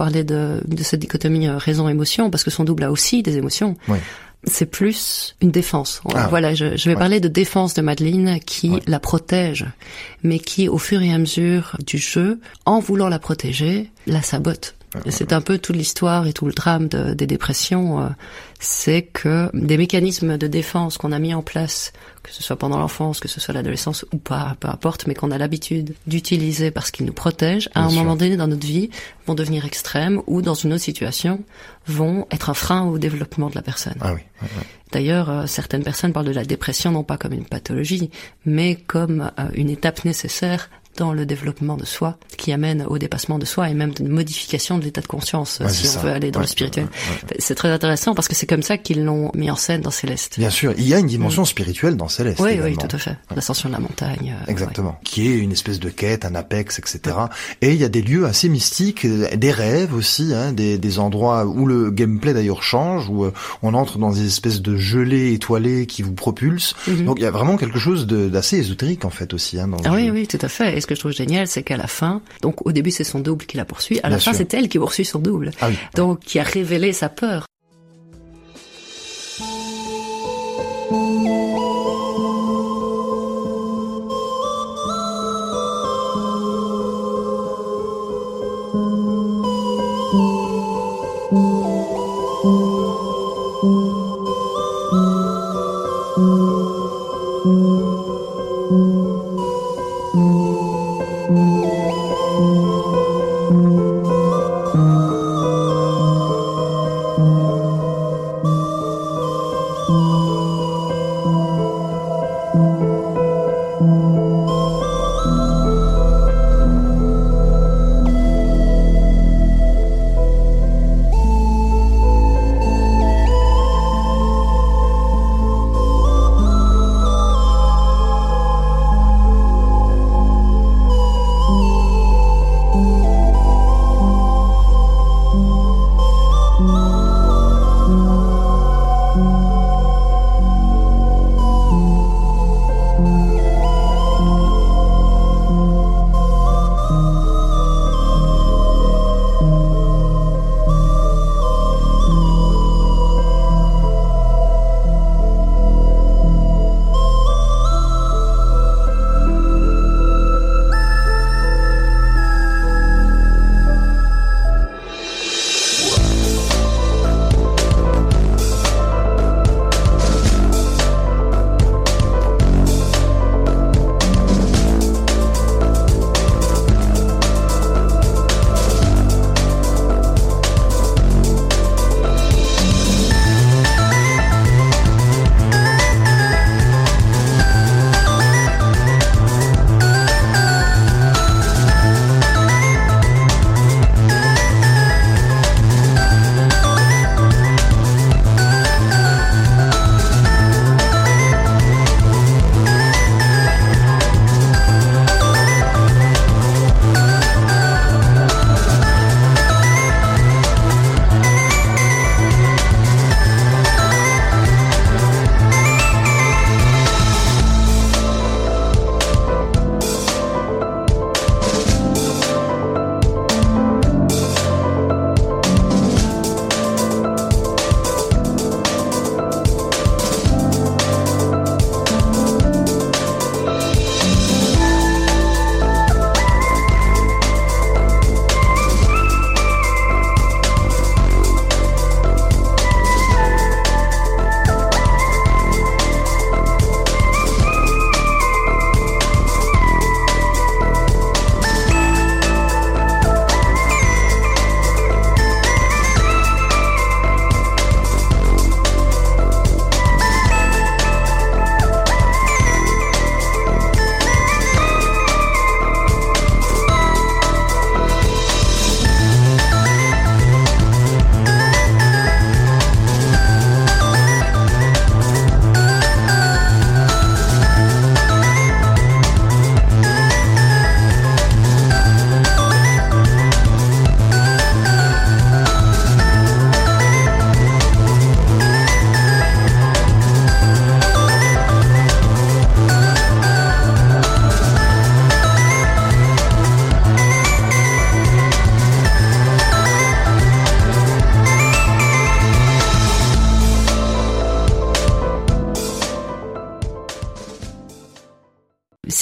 C: parler de, de cette dichotomie raison-émotion, parce que son double a aussi des émotions.
B: Oui.
C: C'est plus une défense.
B: Ah,
C: voilà, je, je vais
B: ouais.
C: parler de défense de Madeleine qui
B: ouais.
C: la protège, mais qui, au fur et à mesure du jeu, en voulant la protéger, la sabote. Et c'est un peu toute l'histoire et tout le drame de, des dépressions, euh, c'est que des mécanismes de défense qu'on a mis en place, que ce soit pendant l'enfance, que ce soit l'adolescence ou pas, peu importe, mais qu'on a l'habitude d'utiliser parce qu'ils nous protègent, à Bien un sûr. moment donné dans notre vie, vont devenir extrêmes ou dans une autre situation, vont être un frein au développement de la personne.
B: Ah oui, oui, oui.
C: D'ailleurs, euh, certaines personnes parlent de la dépression non pas comme une pathologie, mais comme euh, une étape nécessaire dans le développement de soi, qui amène au dépassement de soi et même de modification de l'état de conscience,
B: ouais,
C: si on
B: ça.
C: veut aller dans
B: ouais,
C: le spirituel.
B: Ouais, ouais.
C: C'est très intéressant parce que c'est comme ça qu'ils l'ont mis en scène dans Céleste.
B: Bien sûr, il y a une dimension mmh. spirituelle dans Céleste.
C: Oui,
B: également.
C: oui, tout à fait. L'ascension de la montagne. Euh,
B: Exactement.
C: Ouais.
B: Qui est une espèce de quête, un apex, et cetera. Et il y a des lieux assez mystiques, des rêves aussi, hein, des, des endroits où le gameplay d'ailleurs change, où on entre dans des espèces de gelées étoilées qui vous propulsent. Mmh. Donc il y a vraiment quelque chose de, d'assez ésotérique en fait aussi. Hein, dans
C: ah
B: le
C: oui,
B: jeu.
C: oui, tout à fait. Et ce que je trouve génial, c'est qu'à la fin, donc au début c'est son double qui la poursuit, à
B: Bien
C: la fin
B: sûr.
C: c'est elle qui poursuit son double,
B: ah oui.
C: donc qui a révélé sa peur.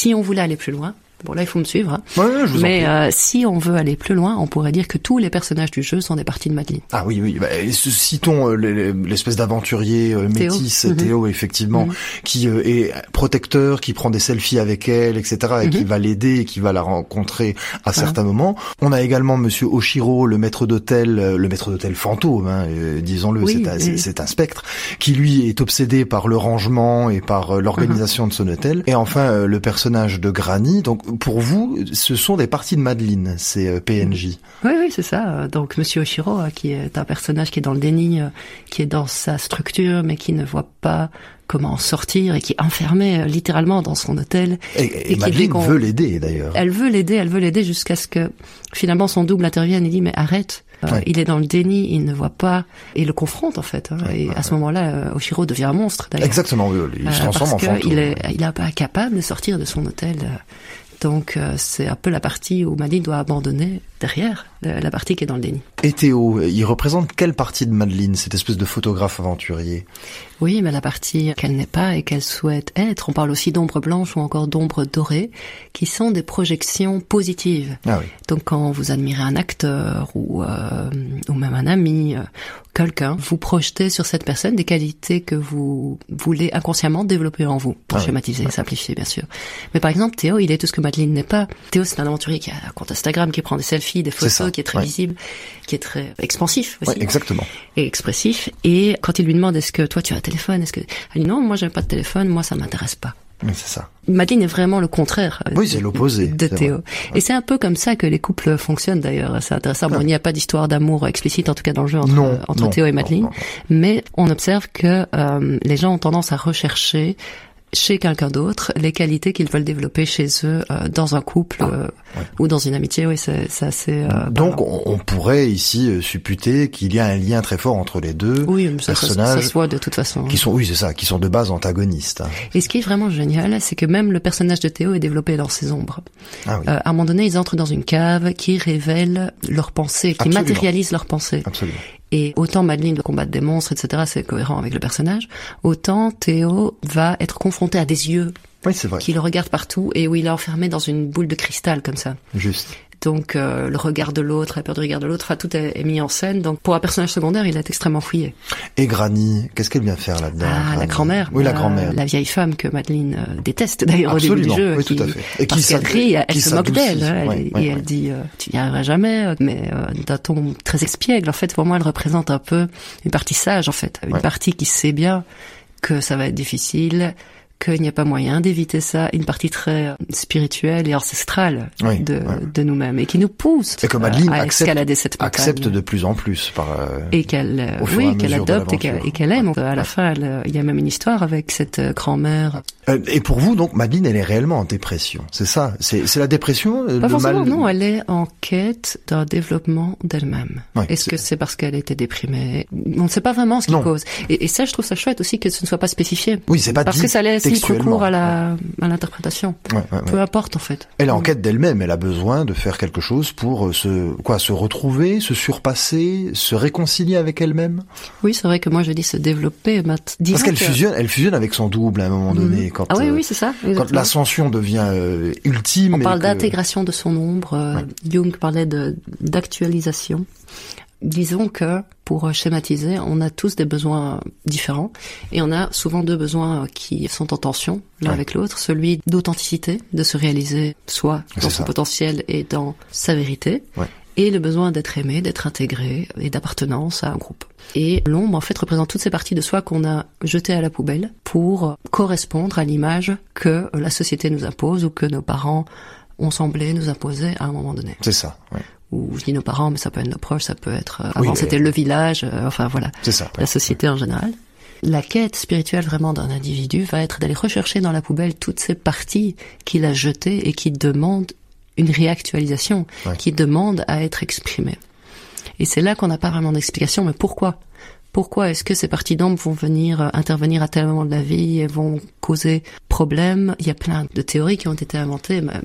C: si on voulait aller plus loin, bon là il faut me suivre, hein.
B: Ouais, je vous
C: mais euh, si on veut aller plus loin, on pourrait dire que tous les personnages du jeu sont des parties de Madeleine.
B: Ah oui, oui, bah, citons euh, l'espèce d'aventurier euh, métis, Théo, Théo mm-hmm. effectivement, mm-hmm. qui euh, est protecteur, qui prend des selfies avec elle, et cetera, et mm-hmm. qui va l'aider, et qui va la rencontrer à voilà. certains moments. On a également Monsieur Oshiro, le maître d'hôtel, euh, le maître d'hôtel fantôme, hein, euh, disons-le, oui, c'est, un, oui. c'est un spectre, qui lui est obsédé par le rangement et par euh, l'organisation mm-hmm. de son hôtel. Et enfin, euh, le personnage de Granny, donc pour vous, ce sont des parties de Madeleine, ces euh, P N J.
C: Oui, oui, c'est ça. Donc, Monsieur Oshiro, qui est un personnage qui est dans le déni, qui est dans sa structure, mais qui ne voit pas comment en sortir et qui est enfermé littéralement dans son hôtel.
B: Et, et, et Madeleine veut l'aider, d'ailleurs.
C: Elle veut l'aider, elle veut l'aider jusqu'à ce que, finalement, son double intervienne et dit, mais arrête. Euh, ouais. Il est dans le déni, il ne voit pas, et le confronte en fait. Hein, ouais, et ouais, à ce ouais. moment-là, euh, Oshiro devient un monstre d'ailleurs.
B: Exactement, oui, il se transforme
C: euh,
B: en fantôme.
C: Il est, il est pas capable de sortir de son hôtel. Euh, donc euh, c'est un peu la partie où Madeleine doit abandonner derrière, la, la partie qui est dans le déni.
B: Et Théo, il représente quelle partie de Madeleine, cette espèce de photographe aventurier?
C: Oui, mais la partie qu'elle n'est pas et qu'elle souhaite être. On parle aussi d'ombre blanche ou encore d'ombre dorée, qui sont des projections positives.
B: Ah oui.
C: Donc quand vous admirez un acteur ou, euh, ou même un ami, euh, quelqu'un, vous projetez sur cette personne des qualités que vous voulez inconsciemment développer en vous, pour ah schématiser et oui. simplifier bien sûr. Mais par exemple, Théo, il est tout ce que Madeleine n'est pas. Théo, c'est un aventurier qui a un compte Instagram, qui prend des selfies, des photos, qui est très ouais. visible, qui est très expansif aussi.
B: Ouais, exactement.
C: Et expressif. Et quand il lui demande, est-ce que toi tu as un téléphone, est-ce que... Elle dit non, moi j'aime pas de téléphone, moi ça m'intéresse pas.
B: Oui, c'est ça.
C: Madeleine est vraiment le contraire.
B: Oui, c'est l'opposé.
C: De
B: c'est
C: Théo. Ouais. Et c'est un peu comme ça que les couples fonctionnent d'ailleurs. C'est intéressant. Bon, ouais. il n'y a pas d'histoire d'amour explicite, en tout cas dans le jeu, entre,
B: non,
C: entre
B: non,
C: Théo et Madeleine.
B: Non, non, non.
C: Mais on observe que euh, les gens ont tendance à rechercher chez quelqu'un d'autre les qualités qu'ils veulent développer chez eux euh, dans un couple ah, euh, ouais. ou dans une amitié. Oui, c'est, c'est assez. Euh,
B: Donc, on, on pourrait ici euh, supputer qu'il y a un lien très fort entre les deux
C: oui, ça,
B: personnages.
C: Ça, ça, ça se voit de toute façon.
B: Qui sont, oui, c'est ça, qui sont de base antagonistes. Hein.
C: Et ce qui est vraiment génial, c'est que même le personnage de Théo est développé dans ses ombres.
B: Ah oui.
C: Euh, à un moment donné, ils entrent dans une cave qui révèle leurs pensées, qui Absolument. matérialise leurs pensées.
B: Absolument.
C: Et autant Madeleine doit combattre des monstres, et cetera, c'est cohérent avec le personnage, autant Théo va être confronté à des yeux
B: oui, c'est vrai.
C: qui le regardent partout et où il est enfermé dans une boule de cristal comme ça.
B: Juste.
C: Donc euh, le regard de l'autre, la peur du regard de l'autre, enfin, tout est, est mis en scène. Donc pour un personnage secondaire, il est extrêmement fouillé.
B: Et Granny, qu'est-ce qu'elle vient faire là-dedans?
C: Ah,
B: Granny.
C: La grand-mère.
B: Oui, la grand-mère.
C: Euh, la vieille femme que Madeleine euh, déteste d'ailleurs
B: Absolument.
C: au début du jeu.
B: Oui,
C: qui,
B: tout à fait. Et
C: parce
B: qui
C: qu'elle rit, elle
B: qui
C: se moque d'elle. Hein,
B: ouais,
C: et,
B: ouais,
C: et elle
B: ouais.
C: dit euh, tu n'y arriveras jamais, mais euh, d'un ton très espiègle. En fait, pour moi, elle représente un peu une partie sage, en fait, une ouais. partie qui sait bien que ça va être difficile, qu'il n'y a pas moyen d'éviter ça, une partie très spirituelle et ancestrale oui, de, ouais. de nous-mêmes et qui nous pousse
B: et que Madeleine
C: à
B: accepte,
C: escalader cette montagne.
B: accepte de plus en plus par euh,
C: et qu'elle oui qu'elle adopte et qu'elle, et qu'elle aime. Ouais. À la fin, elle, il y a même une histoire avec cette grand-mère.
B: Euh, et pour vous, donc, Madeleine, elle est réellement en dépression, c'est ça? C'est, c'est la dépression?
C: Pas
B: le
C: forcément,
B: mal...
C: non. Elle est en quête d'un développement d'elle-même.
B: Ouais,
C: Est-ce
B: c'est...
C: que c'est parce qu'elle était déprimée? On ne sait pas vraiment ce qui non. cause. Et, et ça, je trouve ça chouette aussi que ce ne soit pas spécifié.
B: Oui, c'est pas
C: parce
B: dit
C: que ça laisse libre cours à la à l'interprétation.
B: Ouais, ouais,
C: Peu
B: ouais.
C: importe en fait.
B: Elle est en quête d'elle-même, elle a besoin de faire quelque chose pour se quoi, se retrouver, se surpasser, se réconcilier avec elle-même.
C: Oui, c'est vrai que moi je dis se développer. Parce
B: qu'elle
C: que...
B: fusionne, elle fusionne avec son double à un moment donné. Mmh. Quand,
C: ah oui, oui, c'est ça. Exactement.
B: Quand l'ascension devient euh, ultime.
C: On parle
B: que...
C: d'intégration de son ombre. Euh, ouais. Jung parlait de d'actualisation. Disons que, pour schématiser, on a tous des besoins différents et on a souvent deux besoins qui sont en tension l'un ouais. avec l'autre. Celui d'authenticité, de se réaliser soi dans C'est son ça. potentiel et dans sa vérité,
B: ouais.
C: et le besoin d'être aimé, d'être intégré et d'appartenance à un groupe. Et l'ombre, en fait, représente toutes ces parties de soi qu'on a jetées à la poubelle pour correspondre à l'image que la société nous impose ou que nos parents ont semblé nous imposer à un moment donné.
B: C'est ça, ouais.
C: Ou je dis nos parents, mais ça peut être nos proches, ça peut être... Euh, avant,
B: oui,
C: c'était
B: euh,
C: le village, euh, enfin voilà,
B: c'est ça,
C: la société en général. La quête spirituelle vraiment d'un individu va être d'aller rechercher dans la poubelle toutes ces parties qu'il a jetées et qui demandent une réactualisation,
B: ouais.
C: qui demandent à être exprimées. Et c'est là qu'on n'a pas vraiment d'explication, mais pourquoi ? Pourquoi est-ce que ces parties d'ombre vont venir euh, intervenir à tel moment de la vie et vont causer problème ? Il y a plein de théories qui ont été inventées, même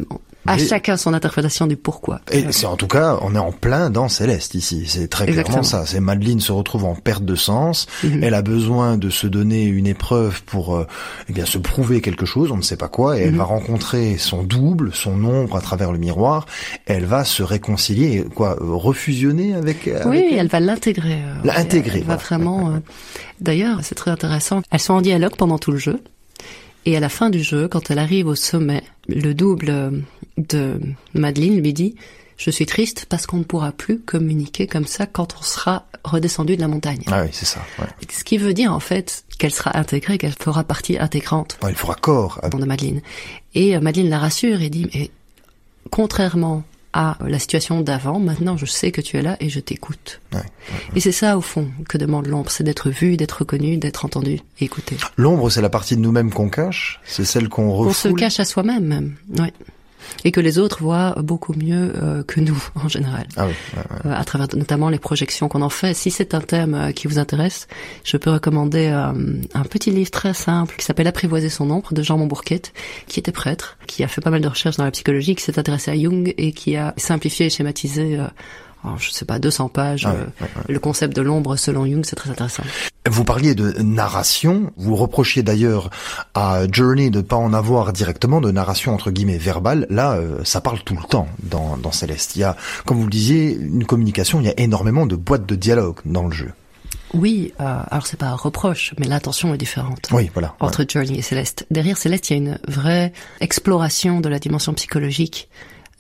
C: À Mais... chacun son interprétation du pourquoi.
B: Et c'est en tout cas, on est en plein dans Céleste ici. C'est très Exactement. clairement ça. C'est Madeleine se retrouve en perte de sens. Mm-hmm. Elle a besoin de se donner une épreuve pour, euh, eh bien, se prouver quelque chose. On ne sait pas quoi. Et mm-hmm. elle va rencontrer son double, son ombre à travers le miroir. Elle va se réconcilier, quoi, refusionner avec. avec
C: oui, elle, elle va l'intégrer. Euh,
B: l'intégrer.
C: Elle, elle va voilà. vraiment. Euh... D'ailleurs, c'est très intéressant. Elles sont en dialogue pendant tout le jeu. Et à la fin du jeu, quand elle arrive au sommet, le double de Madeleine lui dit « Je suis triste parce qu'on ne pourra plus communiquer comme ça quand on sera redescendu de la montagne. »
B: Ah oui, c'est ça. Ouais.
C: Ce qui veut dire en fait qu'elle sera intégrée, qu'elle fera partie intégrante.
B: Ouais, elle fera corps.
C: De Madeleine. Et euh, Madeleine la rassure et dit « Mais contrairement à la situation d'avant, maintenant je sais que tu es là et je t'écoute. Ouais, ouais, ouais. » Et c'est ça au fond que demande l'ombre, c'est d'être vu, d'être reconnu, d'être entendu et écouté.
B: L'ombre, c'est la partie de nous-mêmes qu'on cache, c'est celle qu'on refoule.
C: On se cache à soi-même même, ouais. Et que les autres voient beaucoup mieux euh, que nous, en général.
B: Ah oui, ouais, ouais.
C: Euh, à travers notamment les projections qu'on en fait. Si c'est un thème euh, qui vous intéresse, je peux recommander euh, un petit livre très simple qui s'appelle Apprivoiser son ombre de Jean Montbourquette, qui était prêtre, qui a fait pas mal de recherches dans la psychologie, qui s'est intéressé à Jung et qui a simplifié et schématisé euh, alors, je sais pas, deux cents pages, ah, euh, ouais, ouais. Le concept de l'ombre selon Jung, c'est très intéressant.
B: Vous parliez de narration, vous reprochiez d'ailleurs à Journey de ne pas en avoir directement de narration entre guillemets verbale. Là, euh, ça parle tout le temps dans, dans Céleste. Il y a, comme vous le disiez, une communication, il y a énormément de boîtes de dialogue dans le jeu.
C: Oui, euh, alors c'est pas un reproche, mais l'intention est différente.
B: Oui, voilà.
C: Entre ouais. Journey et Céleste. Derrière Céleste, il y a une vraie exploration de la dimension psychologique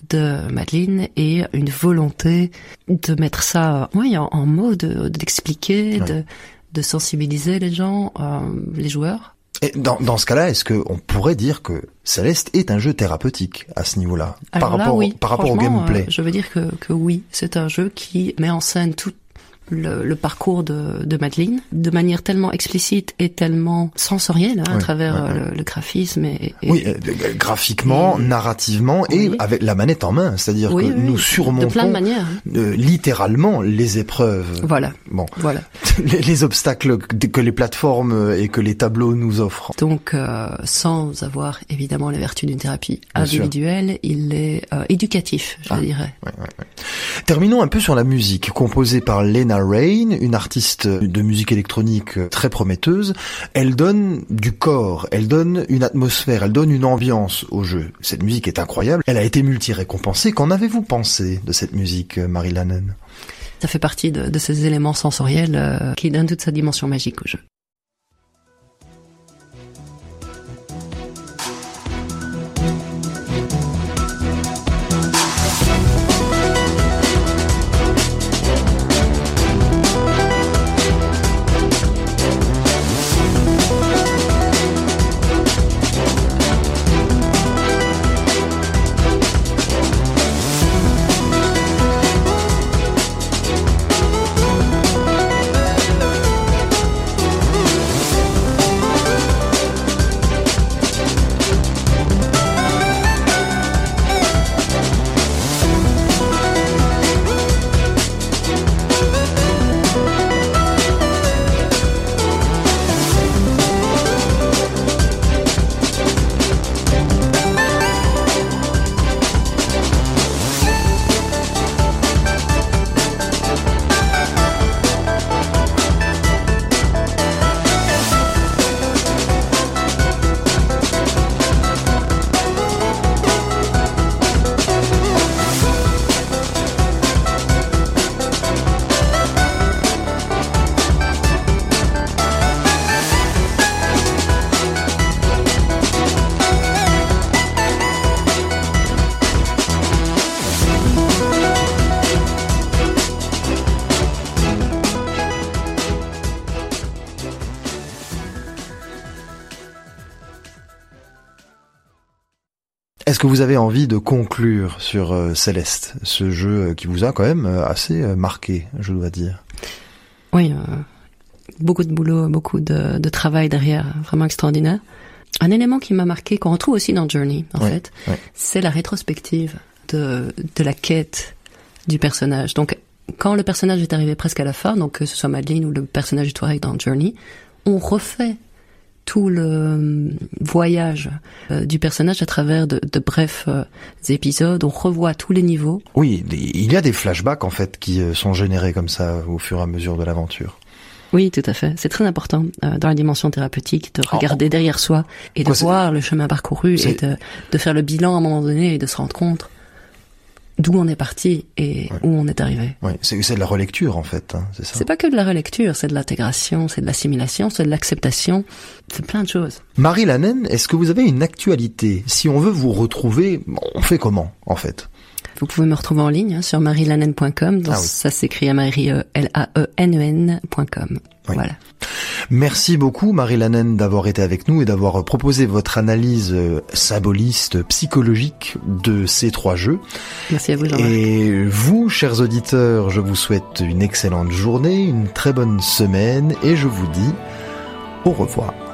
C: de Madeleine et une volonté de mettre ça oui, en, en mode d'expliquer, ouais. de, de sensibiliser les gens, euh, les joueurs.
B: Et dans, dans ce cas-là, est-ce qu'on pourrait dire que Céleste est un jeu thérapeutique à ce niveau-là,
C: Alors
B: par
C: là,
B: rapport,
C: oui.
B: par rapport au gameplay?
C: euh, Je veux dire que, que oui, c'est un jeu qui met en scène tout Le, le parcours de, de Madeleine de manière tellement explicite et tellement sensorielle hein, oui, à travers ouais, ouais. Le, le graphisme et, et
B: oui euh, graphiquement, et, narrativement oui. et avec la manette en main, c'est-à-dire oui, que oui, nous surmontons
C: de plein de manières
B: euh, littéralement les épreuves.
C: Voilà.
B: Bon.
C: Voilà.
B: les, les obstacles que les plateformes et que les tableaux nous offrent.
C: Donc euh, sans avoir évidemment les vertus d'une thérapie Bien individuelle, sûr. il est euh, éducatif, je ah, dirais.
B: Ouais, ouais, ouais. Terminons un peu sur la musique composée par Lena Raine, une artiste de musique électronique très prometteuse. Elle donne du corps, elle donne une atmosphère, elle donne une ambiance au jeu. Cette musique est incroyable. Elle a été multi-récompensée. Qu'en avez-vous pensé de cette musique, Marie Lannon ?
C: Ça fait partie de, de ces éléments sensoriels euh, qui donnent toute sa dimension magique au jeu.
B: Est-ce que vous avez envie de conclure sur euh, Céleste, ce jeu qui vous a quand même assez euh, marqué, je dois dire?
C: Oui, euh, beaucoup de boulot, beaucoup de, de travail derrière, vraiment extraordinaire. Un élément qui m'a marqué, qu'on retrouve aussi dans Journey, en ouais, fait, ouais. c'est la rétrospective de, de la quête du personnage. Donc, quand le personnage est arrivé presque à la fin, donc que ce soit Madeleine ou le personnage du Touareg dans Journey, on refait tout le voyage euh, du personnage à travers de, de brefs euh, épisodes. On revoit tous les niveaux.
B: Oui, il y a des flashbacks en fait qui sont générés comme ça au fur et à mesure de l'aventure.
C: Oui, tout à fait. C'est très important euh, dans la dimension thérapeutique de regarder oh. derrière soi et de Quoi, voir c'est... le chemin parcouru c'est... et de, de faire le bilan à un moment donné et de se rendre compte d'où on est parti et ouais. où on est arrivé.
B: Oui, c'est, c'est de la relecture en fait, hein, c'est ça.
C: C'est pas que de la relecture, c'est de l'intégration, c'est de l'assimilation, c'est de l'acceptation, c'est plein de choses.
B: Marie Lannen, est-ce que vous avez une actualité ? Si on veut vous retrouver, on fait comment en fait ?
C: Vous pouvez me retrouver en ligne hein, sur marie lannen point com, donc ah oui. ça s'écrit à Marie euh, L A E N E N point com. Oui. Voilà.
B: Merci beaucoup Marie Lannen d'avoir été avec nous et d'avoir proposé votre analyse euh, symboliste, psychologique de ces trois jeux.
C: Merci à vous Jean-Marc.
B: Et vous, chers auditeurs, je vous souhaite une excellente journée, une très bonne semaine et je vous dis au revoir.